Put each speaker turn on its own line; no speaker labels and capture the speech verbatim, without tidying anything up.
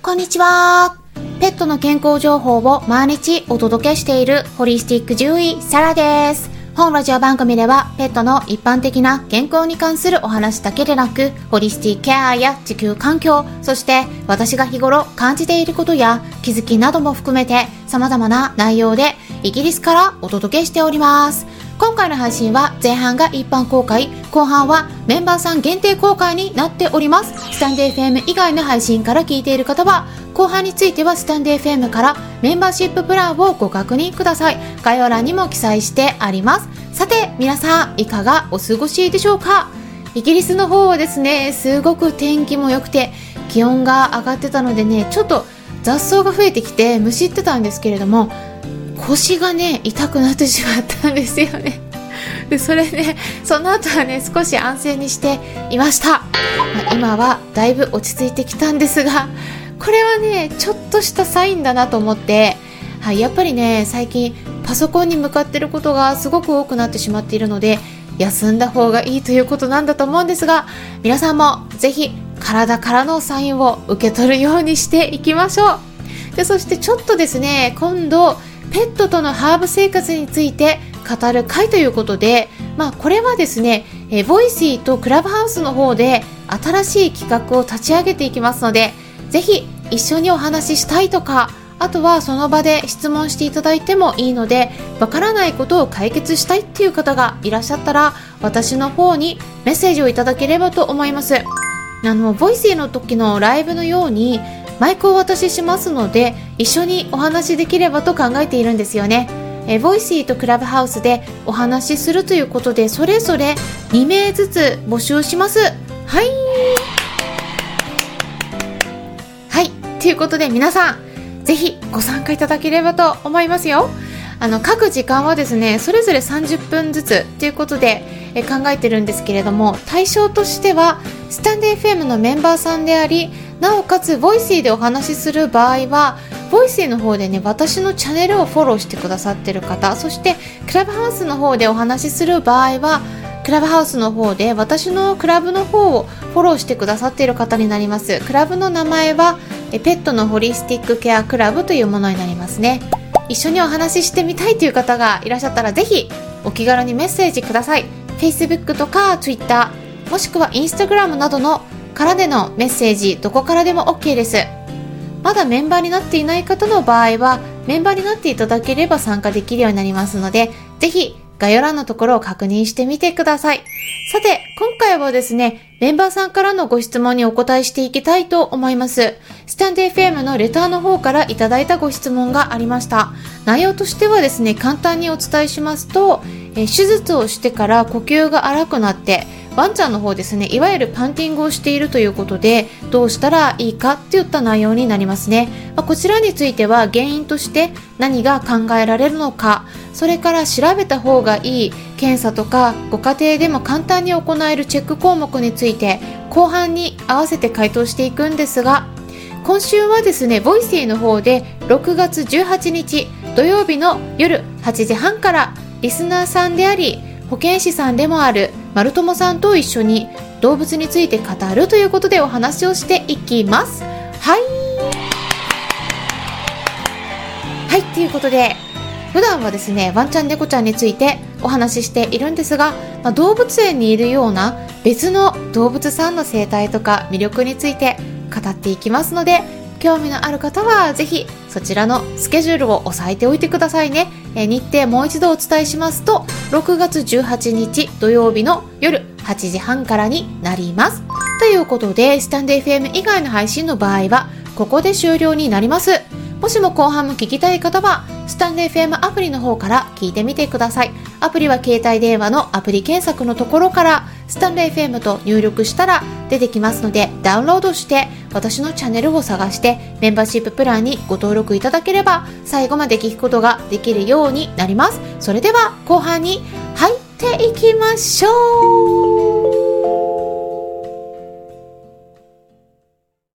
こんにちは。ペットの健康情報を毎日お届けしているホリスティック獣医サラです。本ラジオ番組ではペットの一般的な健康に関するお話だけでなく、ホリスティックケアや地球環境、そして私が日頃感じていることや気づきなども含めて様々な内容でイギリスからお届けしております。今回の配信は前半が一般公開、後半はメンバーさん限定公開になっております。スタンド エフエム 以外の配信から聞いている方は、後半についてはスタンド エフエム からメンバーシッププランをご確認ください。概要欄にも記載してあります。さて皆さんいかがお過ごしでしょうか。イギリスの方はですね、すごく天気も良くて気温が上がってたのでね、ちょっと雑草が増えてきてむしってたんですけれども、腰がね痛くなってしまったんですよね。でそれね、その後はね少し安静にしていました。まあ、今はだいぶ落ち着いてきたんですが、これはねちょっとしたサインだなと思って、はい、やっぱりね最近パソコンに向かってることがすごく多くなってしまっているので、休んだ方がいいということなんだと思うんですが、皆さんもぜひ体からのサインを受け取るようにしていきましょう。でそしてちょっとですね、今度ペットとのハーブ生活について語る会ということで、まあこれはですね、えボイシーとクラブハウスの方で新しい企画を立ち上げていきますので、ぜひ一緒にお話ししたいとか、あとはその場で質問していただいてもいいので、わからないことを解決したいっていう方がいらっしゃったら、私の方にメッセージをいただければと思います。あのボイシーの時のライブのようにマイクをお渡ししますので、一緒にお話しできればと考えているんですよね。えボイシーとクラブハウスでお話しするということで、それぞれにめいずつ募集します。はいはいということで、皆さんぜひご参加いただければと思いますよ。あの各時間はですね、それぞれさんじゅっぷんずつということでえ考えてるんですけれども、対象としてはスタンド エフエム のメンバーさんであり、なおかつボイシーでお話しする場合はボイシーの方でね、私のチャンネルをフォローしてくださってる方、そしてクラブハウスの方でお話しする場合はクラブハウスの方で私のクラブの方をフォローしてくださっている方になります。クラブの名前はペットのホリスティックケアクラブというものになりますね。一緒にお話ししてみたいという方がいらっしゃったら、ぜひお気軽にメッセージください。 Facebook とか Twitter、 もしくは Instagram などのからでのメッセージ、どこからでも OK です。まだメンバーになっていない方の場合はメンバーになっていただければ参加できるようになりますので、ぜひ概要欄のところを確認してみてください。さて今回はですね、メンバーさんからのご質問にお答えしていきたいと思います。スタンド エフエム のレターの方からいただいたご質問がありました。内容としてはですね、簡単にお伝えしますと、え手術をしてから呼吸が荒くなってワンちゃんの方ですね、いわゆるパンティングをしているということで、どうしたらいいかっていった内容になりますね。まあ、こちらについては原因として何が考えられるのか、それから調べた方がいい検査とか、ご家庭でも簡単に行えるチェック項目について後半に合わせて回答していくんですが、今週はですね、ボイシーの方でろくがつじゅうはちにち土曜日の夜はちじはんからリスナーさんであり保健師さんでもある丸友さんと一緒に動物について語るということでお話をしていきます。はいはいということで、普段はですねワンちゃん猫ちゃんについてお話ししているんですが、まあ、動物園にいるような別の動物さんの生態とか魅力について語っていきますので、興味のある方はぜひそちらのスケジュールを押さえておいてくださいね。え日程もう一度お伝えしますと、ろくがつじゅうはちにち土曜日の夜はちじはんからになります。ということで、スタンド エフエム 以外の配信の場合はここで終了になります。もしも後半も聞きたい方はスタンド エフエム アプリの方から聞いてみてください。アプリは携帯電話のアプリ検索のところからスタンド エフエム と入力したら出てきますので、ダウンロードして私のチャンネルを探してメンバーシッププランにご登録いただければ最後まで聞くことができるようになります。それでは後半に入っていきましょう。